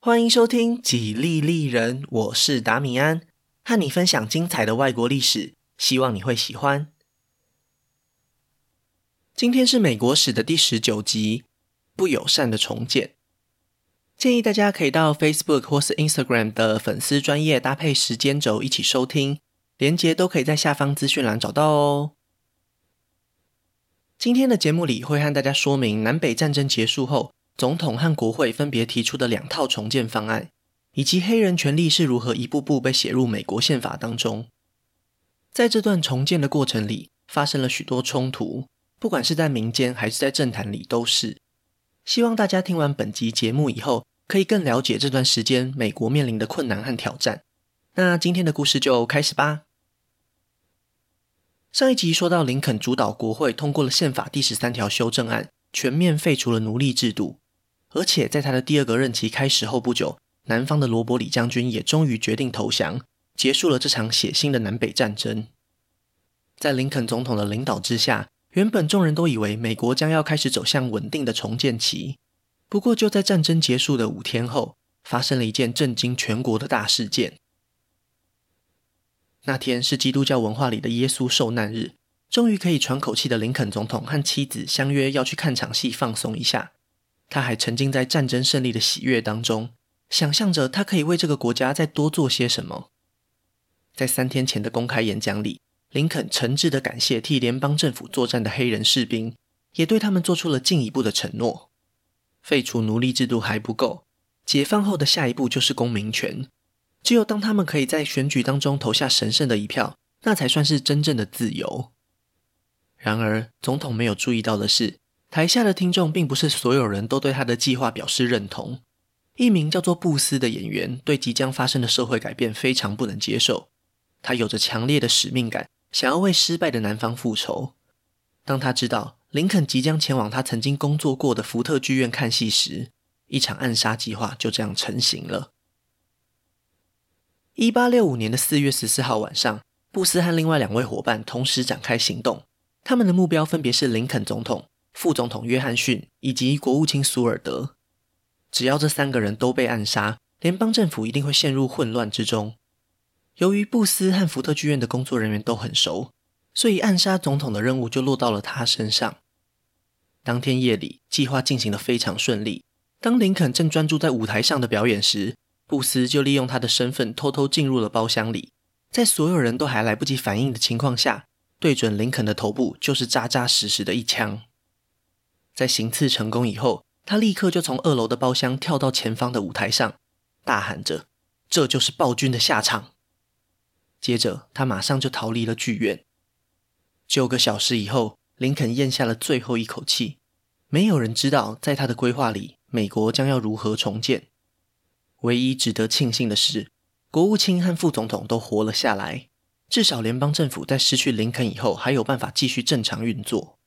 欢迎收听几利利人，我是达米安，和你分享精彩的外国历史，希望你会喜欢。今天是美国史的第19集，不友善的重建。建议大家可以到 Facebook 或是 Instagram 的粉丝专页搭配时间轴一起收听，连结都可以在下方资讯栏找到哦。今天的节目里会和大家说明南北战争结束后，总统和国会分别提出的2套重建方案，以及黑人权利是如何一步步被写入美国宪法当中。在这段重建的过程里，发生了许多冲突，不管是在民间还是在政坛里都是。希望大家听完本集节目以后，可以更了解这段时间美国面临的困难和挑战。那今天的故事就开始吧。上一集说到林肯主导国会通过了宪法第13条修正案，全面废除了奴隶制度。而且在他的第2个任期开始后不久，南方的罗伯里将军也终于决定投降，结束了这场血腥的南北战争。在林肯总统的领导之下，原本众人都以为美国将要开始走向稳定的重建期。不过就在战争结束的5天后，发生了一件震惊全国的大事件。那天是基督教文化里的耶稣受难日，终于可以喘口气的林肯总统和妻子相约要去看场戏放松一下。他还沉浸在战争胜利的喜悦当中，想象着他可以为这个国家再多做些什么。在3天前的公开演讲里，林肯诚挚地感谢替联邦政府作战的黑人士兵，也对他们做出了进一步的承诺。废除奴隶制度还不够，解放后的下一步就是公民权。只有当他们可以在选举当中投下神圣的一票，那才算是真正的自由。然而，总统没有注意到的是，台下的听众并不是所有人都对他的计划表示认同。一名叫做布斯的演员对即将发生的社会改变非常不能接受，他有着强烈的使命感，想要为失败的南方复仇。当他知道林肯即将前往他曾经工作过的福特剧院看戏时，一场暗杀计划就这样成型了。1865年的4月14号晚上，布斯和另外2位伙伴同时展开行动，他们的目标分别是林肯总统、副总统约翰逊以及国务卿苏尔德。只要这3个人都被暗杀，联邦政府一定会陷入混乱之中。由于布斯和福特剧院的工作人员都很熟，所以暗杀总统的任务就落到了他身上。当天夜里，计划进行得非常顺利。当林肯正专注在舞台上的表演时，布斯就利用他的身份偷偷进入了包厢里，在所有人都还来不及反应的情况下，对准林肯的头部就是扎扎实实的一枪。在行刺成功以后，他立刻就从2楼的包厢跳到前方的舞台上，大喊着：“这就是暴君的下场！”接着他马上就逃离了剧院。9个小时以后，林肯咽下了最后一口气。没有人知道在他的规划里，美国将要如何重建。唯一值得庆幸的是，国务卿和副总统都活了下来，至少联邦政府在失去林肯以后还有办法继续正常运作。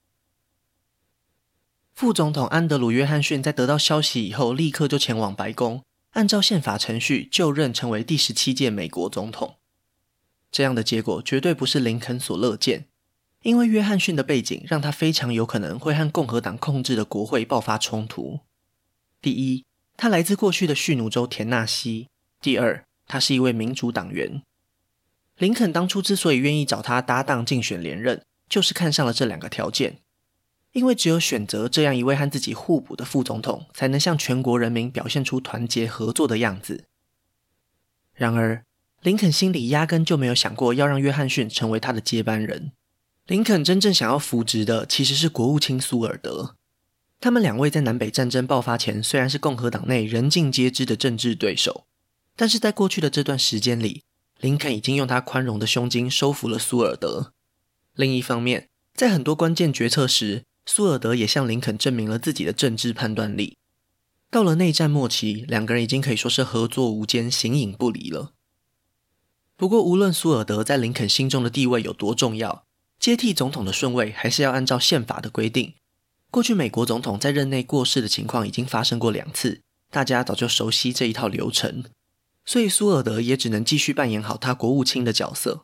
副总统安德鲁·约翰逊在得到消息以后，立刻就前往白宫，按照宪法程序就任成为第17届美国总统。这样的结果绝对不是林肯所乐见，因为约翰逊的背景让他非常有可能会和共和党控制的国会爆发冲突。第一，他来自过去的蓄奴州田纳西；第二，他是一位民主党员。林肯当初之所以愿意找他搭档竞选连任，就是看上了这2个条件。因为只有选择这样一位和自己互补的副总统，才能向全国人民表现出团结合作的样子。然而，林肯心里压根就没有想过要让约翰逊成为他的接班人。林肯真正想要扶植的其实是国务卿苏尔德。他们2位在南北战争爆发前虽然是共和党内人尽皆知的政治对手，但是在过去的这段时间里，林肯已经用他宽容的胸襟收服了苏尔德。另一方面，在很多关键决策时，苏尔德也向林肯证明了自己的政治判断力。到了内战末期，2个人已经可以说是合作无间，形影不离了。不过无论苏尔德在林肯心中的地位有多重要，接替总统的顺位还是要按照宪法的规定。过去美国总统在任内过世的情况已经发生过2次，大家早就熟悉这一套流程，所以苏尔德也只能继续扮演好他国务卿的角色。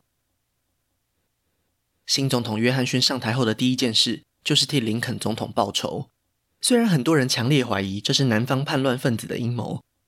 新总统约翰逊上台后的第一件事就是替林肯总统报仇。虽然很多人强烈怀疑这是南方叛乱分子的阴谋，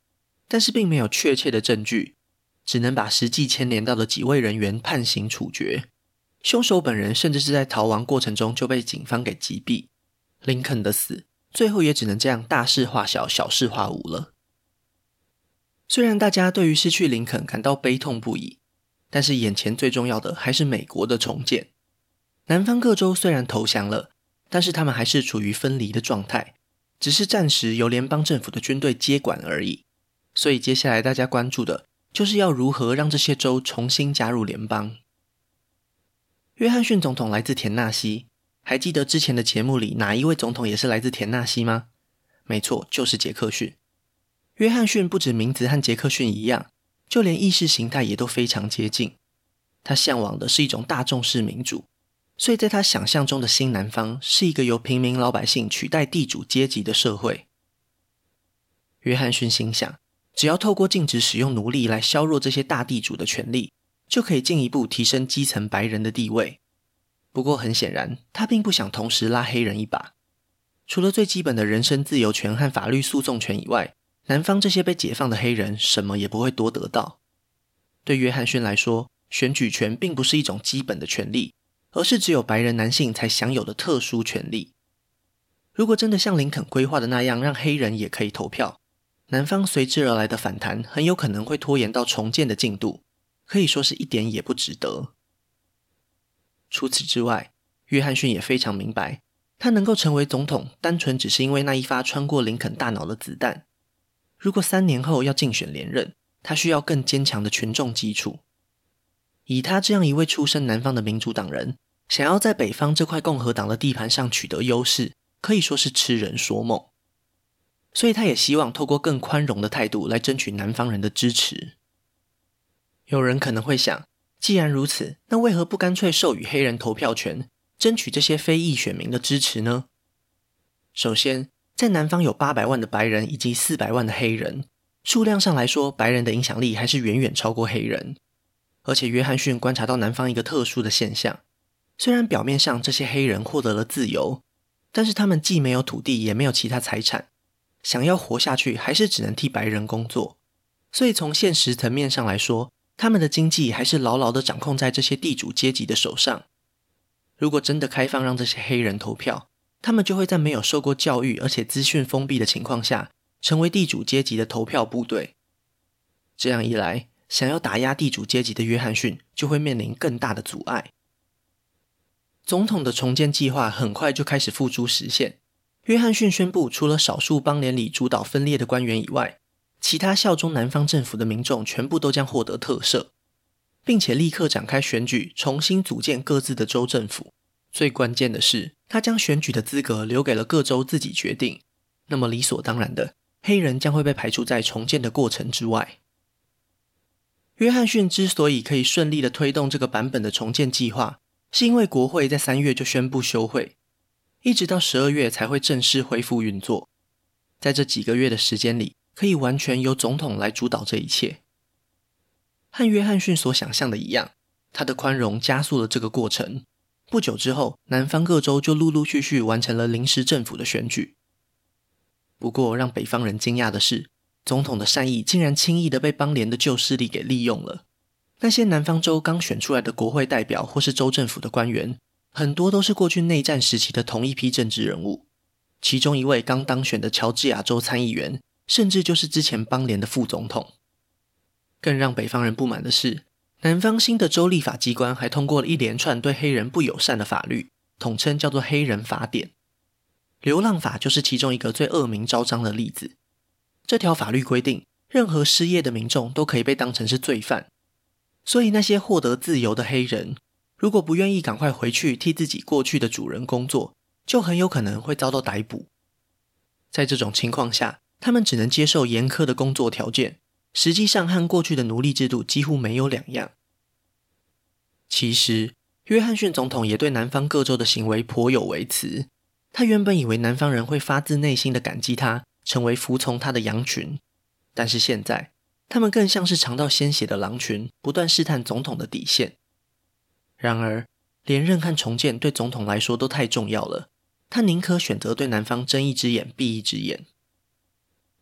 但是并没有确切的证据，只能把实际牵连到的几位人员判刑处决。凶手本人甚至是在逃亡过程中就被警方给击毙。林肯的死最后也只能这样大事化小，小事化无了。虽然大家对于失去林肯感到悲痛不已，但是眼前最重要的还是美国的重建。南方各州虽然投降了，但是他们还是处于分离的状态，只是暂时由联邦政府的军队接管而已。所以接下来大家关注的就是要如何让这些州重新加入联邦。约翰逊总统来自田纳西，还记得之前的节目里哪一位总统也是来自田纳西吗？没错，就是杰克逊。约翰逊不止名字和杰克逊一样，就连意识形态也都非常接近。他向往的是一种大众式民主，所以在他想象中的新南方是一个由平民老百姓取代地主阶级的社会。约翰逊心想，只要透过禁止使用奴隶来削弱这些大地主的权利，就可以进一步提升基层白人的地位。不过很显然，他并不想同时拉黑人一把。除了最基本的人身自由权和法律诉讼权以外，南方这些被解放的黑人什么也不会多得到。对约翰逊来说，选举权并不是一种基本的权利，而是只有白人男性才享有的特殊权利。如果真的像林肯规划的那样让黑人也可以投票，南方随之而来的反弹很有可能会拖延到重建的进度，可以说是一点也不值得。除此之外，约翰逊也非常明白，他能够成为总统单纯只是因为那一发穿过林肯大脑的子弹。如果3年后要竞选连任，他需要更坚强的群众基础。以他这样一位出身南方的民主党人，想要在北方这块共和党的地盘上取得优势，可以说是痴人说梦。所以他也希望透过更宽容的态度来争取南方人的支持。有人可能会想，既然如此，那为何不干脆授予黑人投票权，争取这些非裔选民的支持呢？首先，在南方有800万的白人以及400万的黑人，数量上来说，白人的影响力还是远远超过黑人。而且约翰逊观察到南方一个特殊的现象，虽然表面上这些黑人获得了自由，但是他们既没有土地也没有其他财产，想要活下去还是只能替白人工作。所以从现实层面上来说，他们的经济还是牢牢地掌控在这些地主阶级的手上。如果真的开放让这些黑人投票，他们就会在没有受过教育而且资讯封闭的情况下，成为地主阶级的投票部队。这样一来，想要打压地主阶级的约翰逊就会面临更大的阻碍。总统的重建计划很快就开始付诸实现。约翰逊宣布，除了少数邦联里主导分裂的官员以外，其他效忠南方政府的民众全部都将获得特赦，并且立刻展开选举，重新组建各自的州政府。最关键的是，他将选举的资格留给了各州自己决定，那么理所当然的，黑人将会被排除在重建的过程之外。约翰逊之所以可以顺利地推动这个版本的重建计划，是因为国会在3月就宣布休会，一直到12月才会正式恢复运作。在这几个月的时间里，可以完全由总统来主导这一切。和约翰逊所想象的一样，他的宽容加速了这个过程。不久之后，南方各州就陆陆续续完成了临时政府的选举。不过让北方人惊讶的是，总统的善意竟然轻易地被邦联的旧势力给利用了。那些南方州刚选出来的国会代表或是州政府的官员，很多都是过去内战时期的同一批政治人物。其中一位刚当选的乔治亚州参议员，甚至就是之前邦联的副总统。更让北方人不满的是，南方新的州立法机关还通过了一连串对黑人不友善的法律，统称叫做黑人法典。流浪法就是其中一个最恶名昭彰的例子。这条法律规定，任何失业的民众都可以被当成是罪犯。所以那些获得自由的黑人，如果不愿意赶快回去替自己过去的主人工作，就很有可能会遭到逮捕。在这种情况下，他们只能接受严苛的工作条件，实际上和过去的奴隶制度几乎没有两样。其实，约翰逊总统也对南方各州的行为颇有微词。他原本以为南方人会发自内心的感激他，成为服从他的羊群，但是现在，他们更像是尝到鲜血的狼群，不断试探总统的底线。然而，连任和重建对总统来说都太重要了，他宁可选择对南方睁一只眼闭一只眼。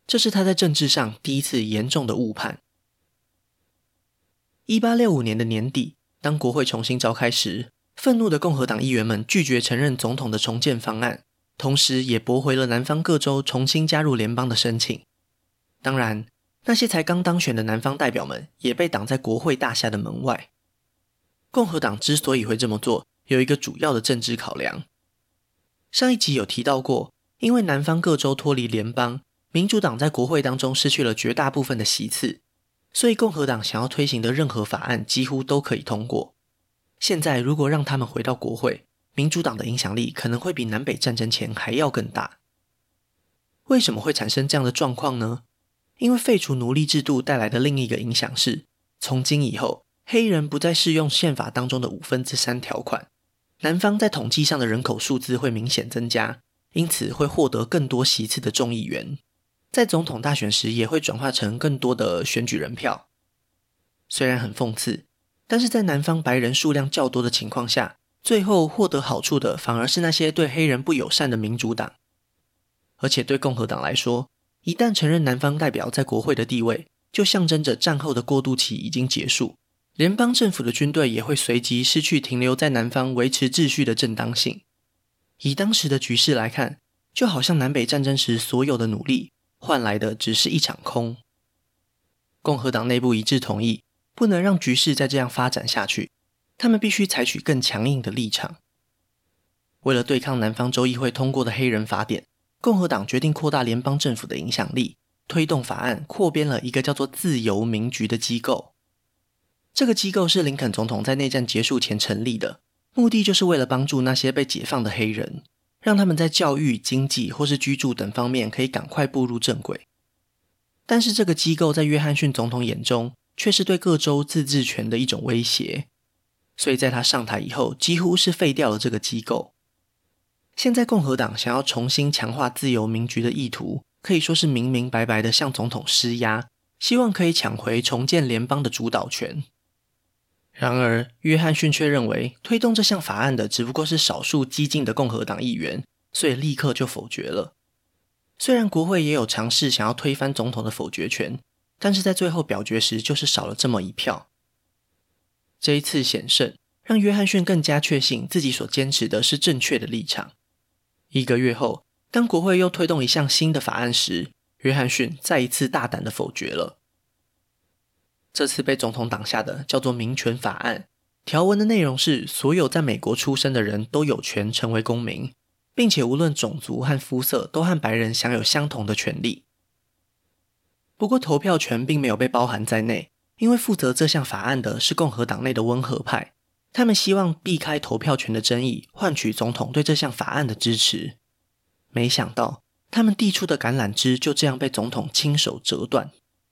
这是他在政治上第一次严重的误判。1865年的年底，当国会重新召开时，愤怒的共和党议员们拒绝承认总统的重建方案，同时也驳回了南方各州重新加入联邦的申请。当然，那些才刚当选的南方代表们也被挡在国会大厦的门外。共和党之所以会这么做，有一个主要的政治考量。上一集有提到过，因为南方各州脱离联邦，民主党在国会当中失去了绝大部分的席次，所以共和党想要推行的任何法案几乎都可以通过。现在如果让他们回到国会，民主党的影响力可能会比南北战争前还要更大。为什么会产生这样的状况呢？因为废除奴隶制度带来的另一个影响是，从今以后，黑人不再适用宪法当中的3/5条款，南方在统计上的人口数字会明显增加，因此会获得更多席次的众议员，在总统大选时也会转化成更多的选举人票。虽然很讽刺，但是在南方白人数量较多的情况下，最后获得好处的反而是那些对黑人不友善的民主党。而且对共和党来说，一旦承认南方代表在国会的地位，就象征着战后的过渡期已经结束，联邦政府的军队也会随即失去停留在南方维持秩序的正当性。以当时的局势来看，就好像南北战争时所有的努力换来的只是一场空。共和党内部一致同意，不能让局势再这样发展下去，他们必须采取更强硬的立场。为了对抗南方州议会通过的黑人法典，共和党决定扩大联邦政府的影响力，推动法案扩编了一个叫做自由民局的机构。这个机构是林肯总统在内战结束前成立的，目的就是为了帮助那些被解放的黑人，让他们在教育、经济或是居住等方面可以赶快步入正轨。但是这个机构在约翰逊总统眼中却是对各州自治权的一种威胁，所以在他上台以后几乎是废掉了这个机构。现在共和党想要重新强化自由民局的意图，可以说是明明白白地向总统施压，希望可以抢回重建联邦的主导权。然而约翰逊却认为推动这项法案的只不过是少数激进的共和党议员，所以立刻就否决了。虽然国会也有尝试想要推翻总统的否决权，但是在最后表决时就是少了这么一票。这一次险胜让约翰逊更加确信自己所坚持的是正确的立场。1个月后，当国会又推动一项新的法案时，约翰逊再一次大胆地否决了。这次被总统挡下的叫做民权法案，条文的内容是所有在美国出生的人都有权成为公民，并且无论种族和肤色都和白人享有相同的权利。不过投票权并没有被包含在内，因为负责这项法案的是共和党内的温和派，他们希望避开投票权的争议，换取总统对这项法案的支持。没想到他们递出的橄榄枝就这样被总统亲手折断。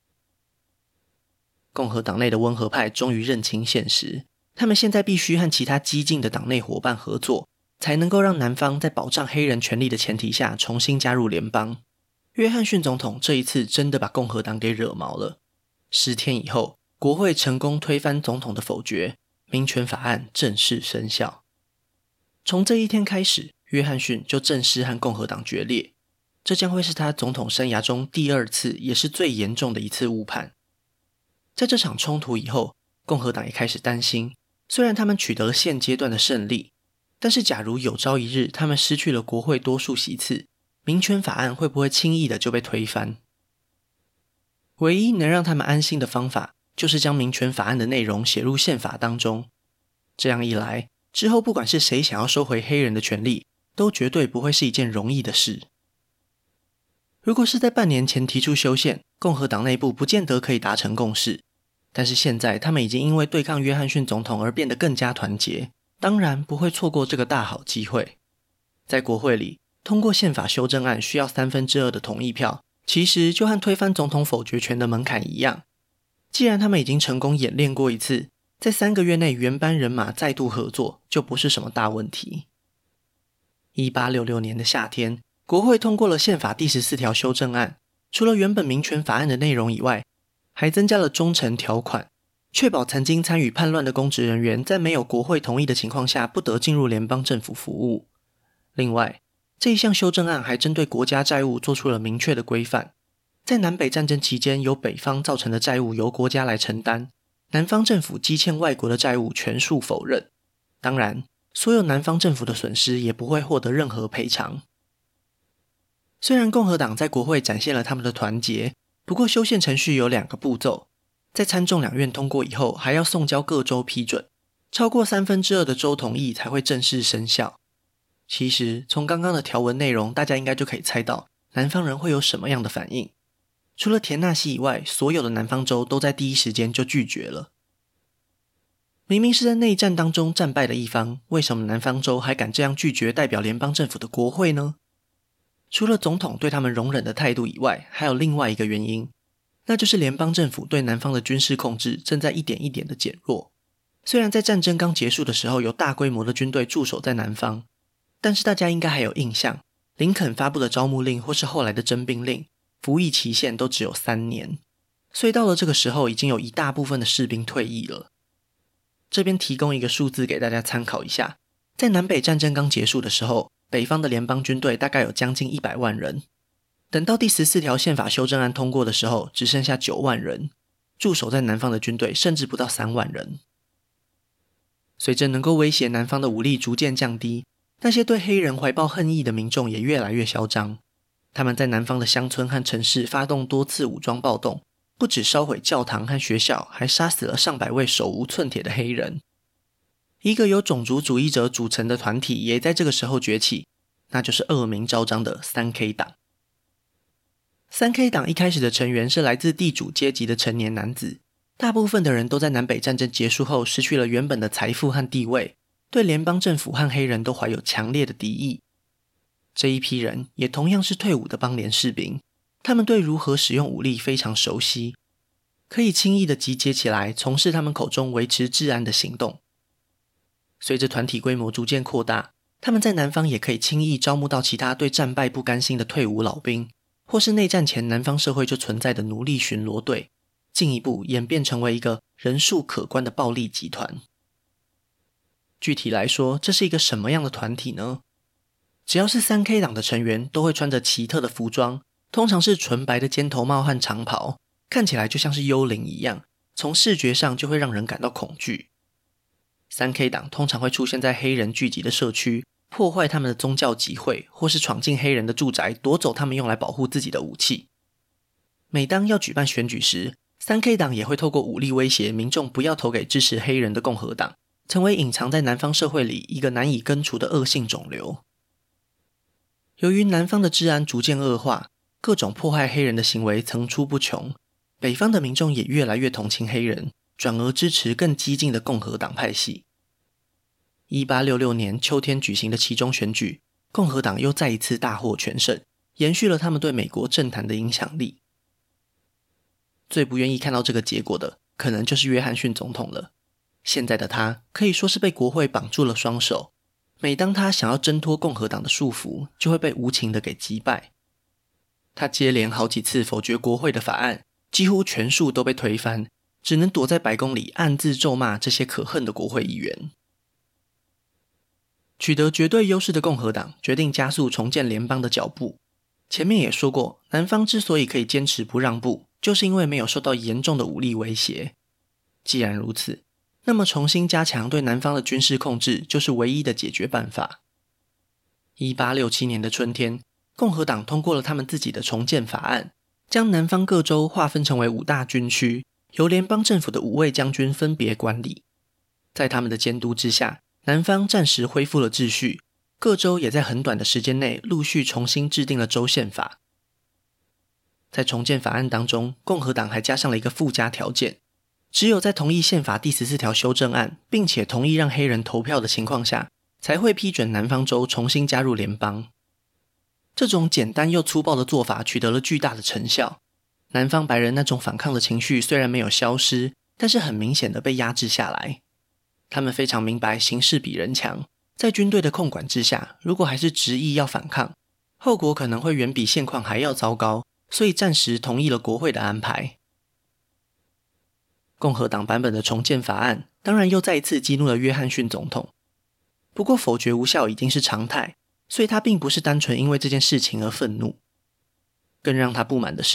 共和党内的温和派终于认清现实，他们现在必须和其他激进的党内伙伴合作，才能够让南方在保障黑人权利的前提下重新加入联邦。约翰逊总统这一次真的把共和党给惹毛了。10天以后，国会成功推翻总统的否决，民权法案正式生效。从这一天开始，约翰逊就正式和共和党决裂，这将会是他总统生涯中第2次也是最严重的一次误判。在这场冲突以后，共和党也开始担心，虽然他们取得了现阶段的胜利，但是假如有朝一日他们失去了国会多数席次，民权法案会不会轻易的就被推翻？唯一能让他们安心的方法，就是将民权法案的内容写入宪法当中。这样一来，之后不管是谁想要收回黑人的权利，都绝对不会是一件容易的事。如果是在半年前提出修宪，共和党内部不见得可以达成共识，但是现在他们已经因为对抗约翰逊总统而变得更加团结，当然不会错过这个大好机会。在国会里，通过宪法修正案需要2/3的同意票，其实就和推翻总统否决权的门槛一样。既然他们已经成功演练过一次，在3个月内原班人马再度合作，就不是什么大问题。1866年的夏天，国会通过了宪法第14条修正案，除了原本民权法案的内容以外，还增加了忠诚条款，确保曾经参与叛乱的公职人员在没有国会同意的情况下不得进入联邦政府服务。另外，这一项修正案还针对国家债务做出了明确的规范， 在南北战争期间由北方造成的债务由国家来承担，南方政府积欠外国的债务全数否认。当然，所有南方政府的损失也不会获得任何赔偿。虽然共和党在国会展现了他们的团结，不过修宪程序有2个步骤，在参众两院通过以后，还要送交各州批准，超过2/3的州同意才会正式生效。其实从刚刚的条文内容，大家应该就可以猜到南方人会有什么样的反应。除了田纳西以外，所有的南方州都在第一时间就拒绝了。明明是在内战当中战败的一方，为什么南方州还敢这样拒绝代表联邦政府的国会呢？除了总统对他们容忍的态度以外，还有另外一个原因，那就是联邦政府对南方的军事控制正在一点一点的减弱。虽然在战争刚结束的时候有大规模的军队驻守在南方，但是大家应该还有印象，林肯发布的招募令或是后来的征兵令，服役期限都只有3年，所以到了这个时候已经有一大部分的士兵退役了。这边提供一个数字给大家参考一下，在南北战争刚结束的时候，北方的联邦军队大概有将近100万人，等到第14条宪法修正案通过的时候，只剩下9万人，驻守在南方的军队甚至不到3万人。随着能够威胁南方的武力逐渐降低，那些对黑人怀抱恨意的民众也越来越嚣张，他们在南方的乡村和城市发动多次武装暴动，不只烧毁教堂和学校，还杀死了上百位手无寸铁的黑人。一个由种族主义者组成的团体也在这个时候崛起，那就是恶名昭彰的 3K 党。3K 党一开始的成员是来自地主阶级的成年男子，大部分的人都在南北战争结束后失去了原本的财富和地位，对联邦政府和黑人都怀有强烈的敌意。这一批人也同样是退伍的邦联士兵，他们对如何使用武力非常熟悉，可以轻易地集结起来，从事他们口中维持治安的行动。随着团体规模逐渐扩大，他们在南方也可以轻易招募到其他对战败不甘心的退伍老兵，或是内战前南方社会就存在的奴隶巡逻队，进一步演变成为一个人数可观的暴力集团。具体来说，这是一个什么样的团体呢？只要是 3K 党的成员都会穿着奇特的服装，通常是纯白的尖头帽和长袍，看起来就像是幽灵一样，从视觉上就会让人感到恐惧。3K 党通常会出现在黑人聚集的社区，破坏他们的宗教集会，或是闯进黑人的住宅，夺走他们用来保护自己的武器。每当要举办选举时， 3K 党也会透过武力威胁民众不要投给支持黑人的共和党，成为隐藏在南方社会里一个难以根除的恶性肿瘤。由于南方的治安逐渐恶化，各种迫害黑人的行为层出不穷，北方的民众也越来越同情黑人，转而支持更激进的共和党派系。1866年秋天举行的期中选举，共和党又再一次大获全胜，延续了他们对美国政坛的影响力。最不愿意看到这个结果的，可能就是约翰逊总统了。现在的他可以说是被国会绑住了双手，每当他想要挣脱共和党的束缚，就会被无情的给击败。他接连好几次否决国会的法案，几乎全数都被推翻，只能躲在白宫里暗自咒骂这些可恨的国会议员。取得绝对优势的共和党决定加速重建联邦的脚步。前面也说过，南方之所以可以坚持不让步，就是因为没有受到严重的武力威胁。既然如此，那么重新加强对南方的军事控制就是唯一的解决办法。1867年的春天，共和党通过了他们自己的重建法案，将南方各州划分成为5大军区，由联邦政府的5位将军分别管理。在他们的监督之下，南方暂时恢复了秩序，各州也在很短的时间内陆续重新制定了州宪法。在重建法案当中，共和党还加上了一个附加条件，只有在同意宪法第14条修正案，并且同意让黑人投票的情况下，才会批准南方州重新加入联邦。这种简单又粗暴的做法取得了巨大的成效，南方白人那种反抗的情绪虽然没有消失，但是很明显的被压制下来。他们非常明白形势比人强，在军队的控管之下，如果还是执意要反抗，后果可能会远比现况还要糟糕，所以暂时同意了国会的安排。共和党版本的重建法案当然又再一次激怒了约翰逊总统，不过否决无效已经是常态，所以他并不是单纯因为这件事情而愤怒。更让他不满的是，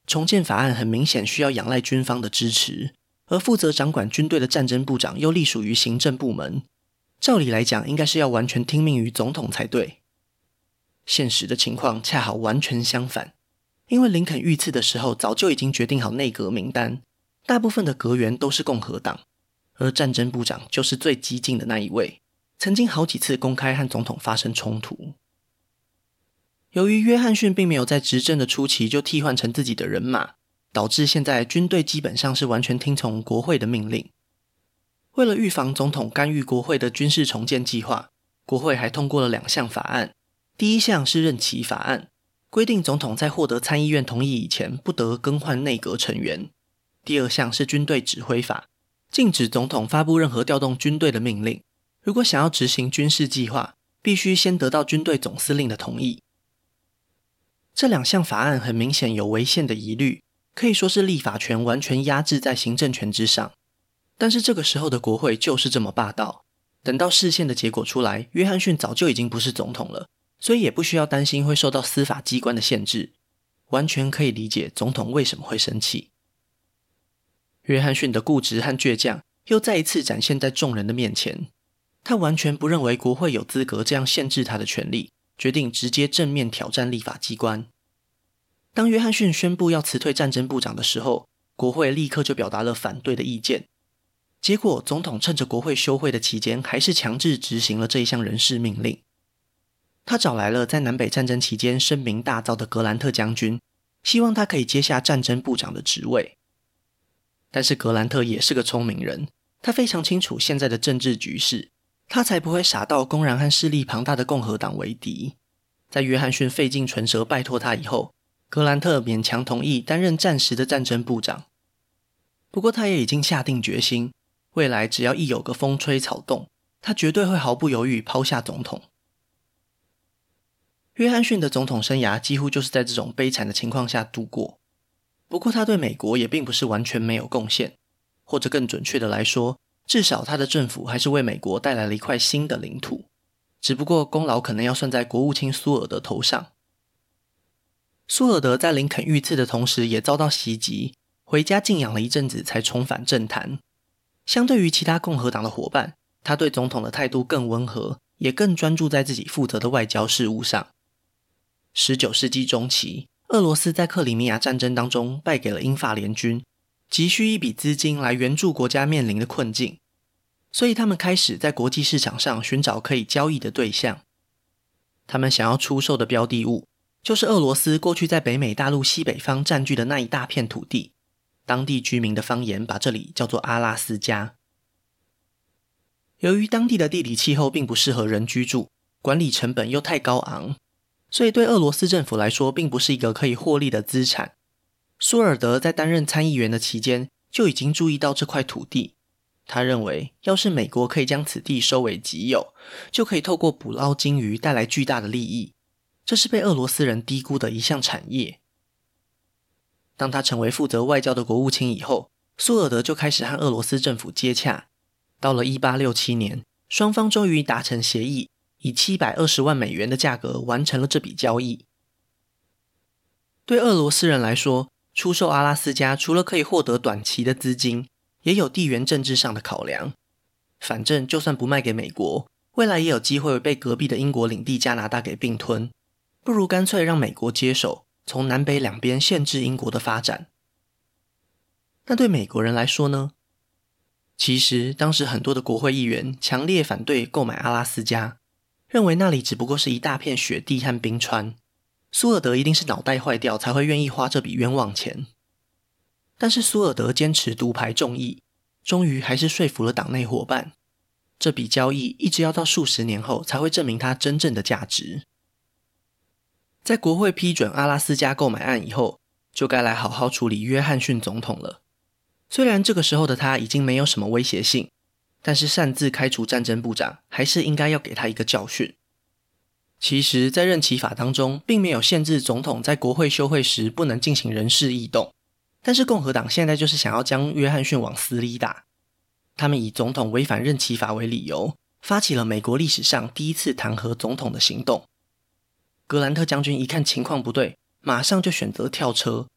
重建法案很明显需要仰赖军方的支持，而负责掌管军队的战争部长又隶属于行政部门，照理来讲应该是要完全听命于总统才对。现实的情况恰好完全相反，因为林肯遇刺的时候早就已经决定好内阁名单，大部分的阁员都是共和党，而战争部长就是最激进的那一位，曾经好几次公开和总统发生冲突。由于约翰逊并没有在执政的初期就替换成自己的人马，导致现在军队基本上是完全听从国会的命令。为了预防总统干预国会的军事重建计划，国会还通过了2项法案。第一项是任期法案，规定总统在获得参议院同意以前不得更换内阁成员。第二项是军队指挥法，禁止总统发布任何调动军队的命令，如果想要执行军事计划，必须先得到军队总司令的同意。这2项法案很明显有违宪的疑虑，可以说是立法权完全压制在行政权之上。但是这个时候的国会就是这么霸道，等到释宪的结果出来，约翰逊早就已经不是总统了，所以也不需要担心会受到司法机关的限制，完全可以理解总统为什么会生气。约翰逊的固执和倔强又再一次展现在众人的面前，他完全不认为国会有资格这样限制他的权利，决定直接正面挑战立法机关。当约翰逊宣布要辞退战争部长的时候，国会立刻就表达了反对的意见。结果总统趁着国会休会的期间，还是强制执行了这一项人事命令。他找来了在南北战争期间声名大噪的格兰特将军，希望他可以接下战争部长的职位。但是格兰特也是个聪明人，他非常清楚现在的政治局势，他才不会傻到公然和势力庞大的共和党为敌。在约翰逊费尽唇舌拜托他以后，格兰特勉强同意担任暂时的战争部长。不过他也已经下定决心，未来只要一有个风吹草动，他绝对会毫不犹豫抛下总统。约翰逊的总统生涯几乎就是在这种悲惨的情况下度过。不过他对美国也并不是完全没有贡献，或者更准确的来说，至少他的政府还是为美国带来了一块新的领土，只不过功劳可能要算在国务卿苏尔德头上。苏尔德在林肯遇刺的同时也遭到袭击，回家静养了一阵子才重返政坛。相对于其他共和党的伙伴，他对总统的态度更温和，也更专注在自己负责的外交事务上。19世纪中期，俄罗斯在克里米亚战争当中败给了英法联军，急需一笔资金来援助国家面临的困境，所以他们开始在国际市场上寻找可以交易的对象。他们想要出售的标的物，就是俄罗斯过去在北美大陆西北方占据的那一大片土地，当地居民的方言把这里叫做阿拉斯加。由于当地的地理气候并不适合人居住，管理成本又太高昂，所以对俄罗斯政府来说并不是一个可以获利的资产。苏尔德在担任参议员的期间就已经注意到这块土地，他认为要是美国可以将此地收为己有，就可以透过捕捞鲸鱼带来巨大的利益，这是被俄罗斯人低估的一项产业。当他成为负责外交的国务卿以后，苏尔德就开始和俄罗斯政府接洽。到了1867年，双方终于达成协议，以720万美元的价格完成了这笔交易。对俄罗斯人来说，出售阿拉斯加除了可以获得短期的资金，也有地缘政治上的考量。反正就算不卖给美国，未来也有机会被隔壁的英国领地加拿大给并吞，不如干脆让美国接手，从南北两边限制英国的发展。那对美国人来说呢？其实当时很多的国会议员强烈反对购买阿拉斯加，认为那里只不过是一大片雪地和冰川，苏尔德一定是脑袋坏掉才会愿意花这笔冤枉钱。但是苏尔德坚持独排众议，终于还是说服了党内伙伴。这笔交易一直要到数十年后才会证明它真正的价值。在国会批准阿拉斯加购买案以后，就该来好好处理约翰逊总统了。虽然这个时候的他已经没有什么威胁性，但是擅自开除战争部长还是应该要给他一个教训。其实在任期法当中并没有限制总统在国会休会时不能进行人事异动，但是共和党现在就是想要将约翰逊往死里打。他们以总统违反任期法为理由，发起了美国历史上第一次弹劾总统的行动。格兰特将军一看情况不对，马上就选择跳车，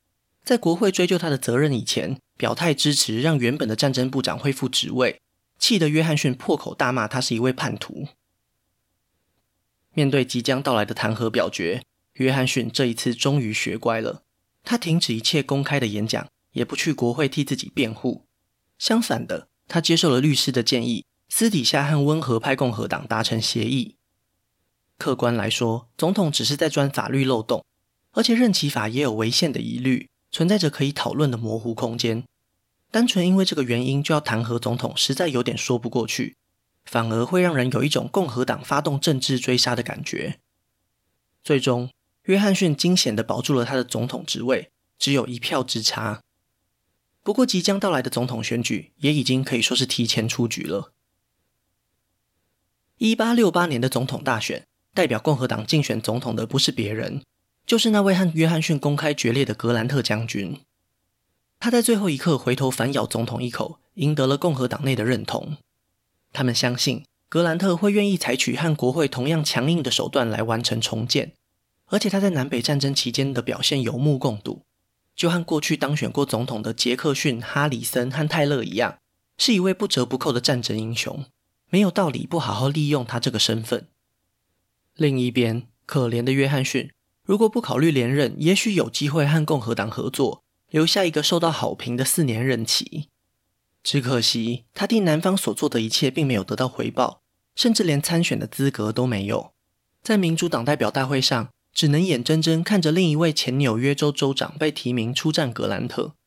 在国会追究他的责任以前，表态支持让原本的战争部长恢复职位，气得约翰逊破口大骂他是一位叛徒。面对即将到来的弹劾表决，约翰逊这一次终于学乖了，他停止一切公开的演讲，也不去国会替自己辩护。相反的，他接受了律师的建议，私底下和温和派共和党达成协议。客观来说，总统只是在钻法律漏洞，而且任期法也有违宪的疑虑，存在着可以讨论的模糊空间。单纯因为这个原因就要弹劾总统，实在有点说不过去，反而会让人有一种共和党发动政治追杀的感觉。最终，约翰逊惊险地保住了他的总统职位，只有1票之差。不过即将到来的总统选举也已经可以说是提前出局了。1868年的总统大选，代表共和党竞选总统的不是别人，就是那位和约翰逊公开决裂的格兰特将军。他在最后一刻回头反咬总统一口，赢得了共和党内的认同。他们相信格兰特会愿意采取和国会同样强硬的手段来完成重建，而且他在南北战争期间的表现有目共睹，就和过去当选过总统的杰克逊、哈里森和泰勒一样，是一位不折不扣的战争英雄，没有道理不好好利用他这个身份。另一边，可怜的约翰逊，如果不考虑连任，也许有机会和共和党合作，留下一个受到好评的4年任期。只可惜，他替南方所做的一切并没有得到回报，甚至连参选的资格都没有。在民主党代表大会上，只能眼睁睁看着另一位前纽约州州长被提名出战格兰特。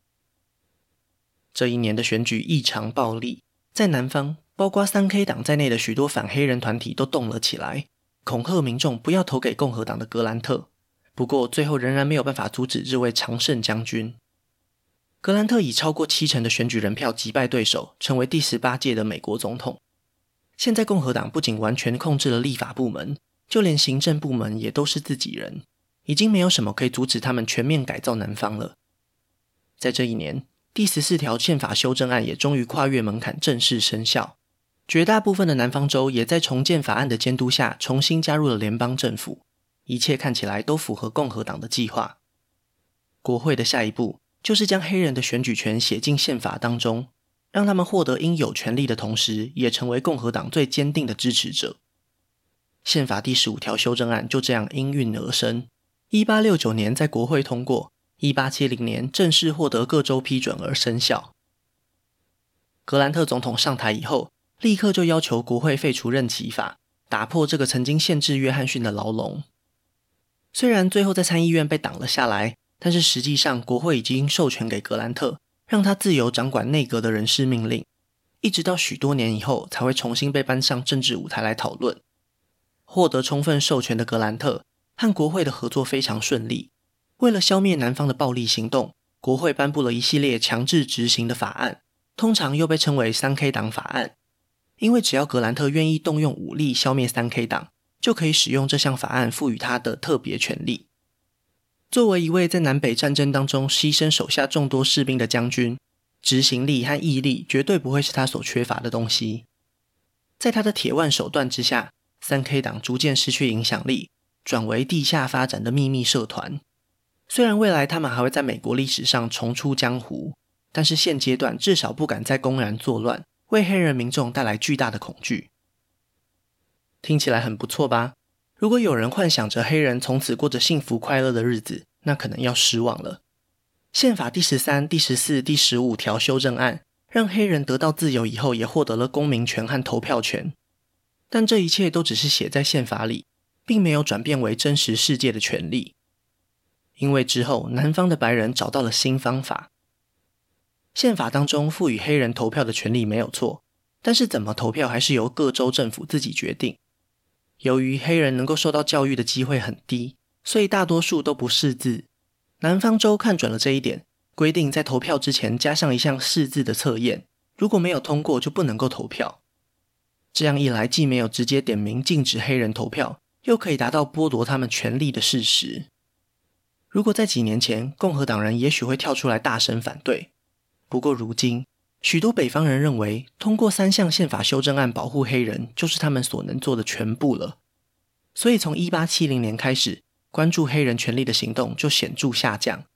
这一年的选举异常暴力，在南方，包括3K 党在内的许多反黑人团体都动了起来，恐吓民众不要投给共和党的格兰特。不过最后仍然没有办法阻止这位常胜将军。格兰特以超过70%的选举人票击败对手，成为第18届的美国总统。现在共和党不仅完全控制了立法部门，就连行政部门也都是自己人，已经没有什么可以阻止他们全面改造南方了。在这一年，第14条宪法修正案也终于跨越门槛正式生效，绝大部分的南方州也在重建法案的监督下重新加入了联邦政府，一切看起来都符合共和党的计划。国会的下一步就是将黑人的选举权写进宪法当中，让他们获得应有权利的同时，也成为共和党最坚定的支持者。宪法第15条修正案就这样应运而生，1869年在国会通过，1870年正式获得各州批准而生效。格兰特总统上台以后，立刻就要求国会废除任期法，打破这个曾经限制约翰逊的牢笼。虽然最后在参议院被挡了下来，但是实际上国会已经授权给格兰特，让他自由掌管内阁的人事命令，一直到许多年以后才会重新被搬上政治舞台来讨论。获得充分授权的格兰特和国会的合作非常顺利，为了消灭南方的暴力行动，国会颁布了一系列强制执行的法案，通常又被称为 3K 党法案。因为只要格兰特愿意动用武力消灭 3K 党，就可以使用这项法案赋予他的特别权利。作为一位在南北战争当中牺牲手下众多士兵的将军，执行力和毅力绝对不会是他所缺乏的东西。在他的铁腕手段之下， 3K 党逐渐失去影响力，转为地下发展的秘密社团。虽然未来他们还会在美国历史上重出江湖，但是现阶段至少不敢再公然作乱，为黑人民众带来巨大的恐惧。听起来很不错吧？如果有人幻想着黑人从此过着幸福快乐的日子，那可能要失望了。宪法第13、第14、第15条修正案让黑人得到自由以后，也获得了公民权和投票权。但这一切都只是写在宪法里，并没有转变为真实世界的权利。因为之后南方的白人找到了新方法。宪法当中赋予黑人投票的权利没有错，但是怎么投票还是由各州政府自己决定。由于黑人能够受到教育的机会很低，所以大多数都不识字。南方州看准了这一点，规定在投票之前加上一项识字的测验，如果没有通过就不能够投票。这样一来，既没有直接点名禁止黑人投票，又可以达到剥夺他们权利的事实。如果在几年前，共和党人也许会跳出来大声反对。不过如今，许多北方人认为通过3项宪法修正案保护黑人就是他们所能做的全部了。所以从1870年开始，关注黑人权利的行动就显著下降。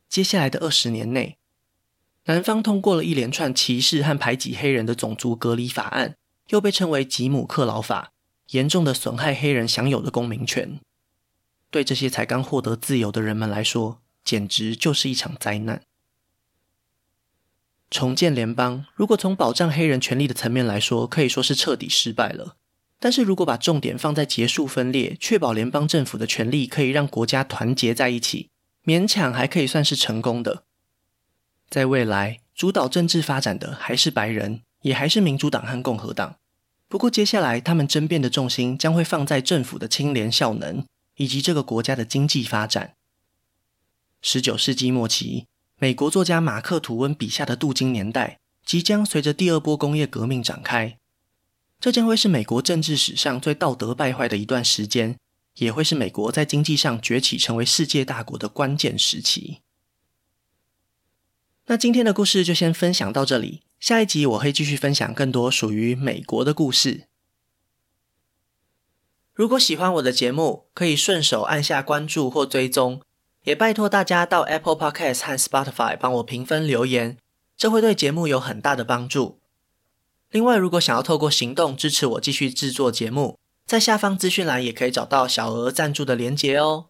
接下来的20年内，南方通过了一连串歧视和排挤黑人的种族隔离法案，又被称为吉姆克劳法，严重的损害黑人享有的公民权。对这些才刚获得自由的人们来说，简直就是一场灾难。重建联邦，如果从保障黑人权利的层面来说，可以说是彻底失败了。但是如果把重点放在结束分裂，确保联邦政府的权力可以让国家团结在一起，勉强还可以算是成功的。在未来，主导政治发展的还是白人，也还是民主党和共和党。不过接下来他们争辩的重心将会放在政府的清廉效能，以及这个国家的经济发展。19世纪末期，美国作家马克·吐温笔下的镀金年代即将随着第二波工业革命展开。这将会是美国政治史上最道德败坏的一段时间，也会是美国在经济上崛起成为世界大国的关键时期。那今天的故事就先分享到这里，下一集我会继续分享更多属于美国的故事。如果喜欢我的节目，可以顺手按下关注或追踪，也拜托大家到 Apple Podcast 和 Spotify 帮我评分留言，这会对节目有很大的帮助。另外，如果想要透过行动支持我继续制作节目，在下方资讯栏也可以找到小额赞助的连结哦。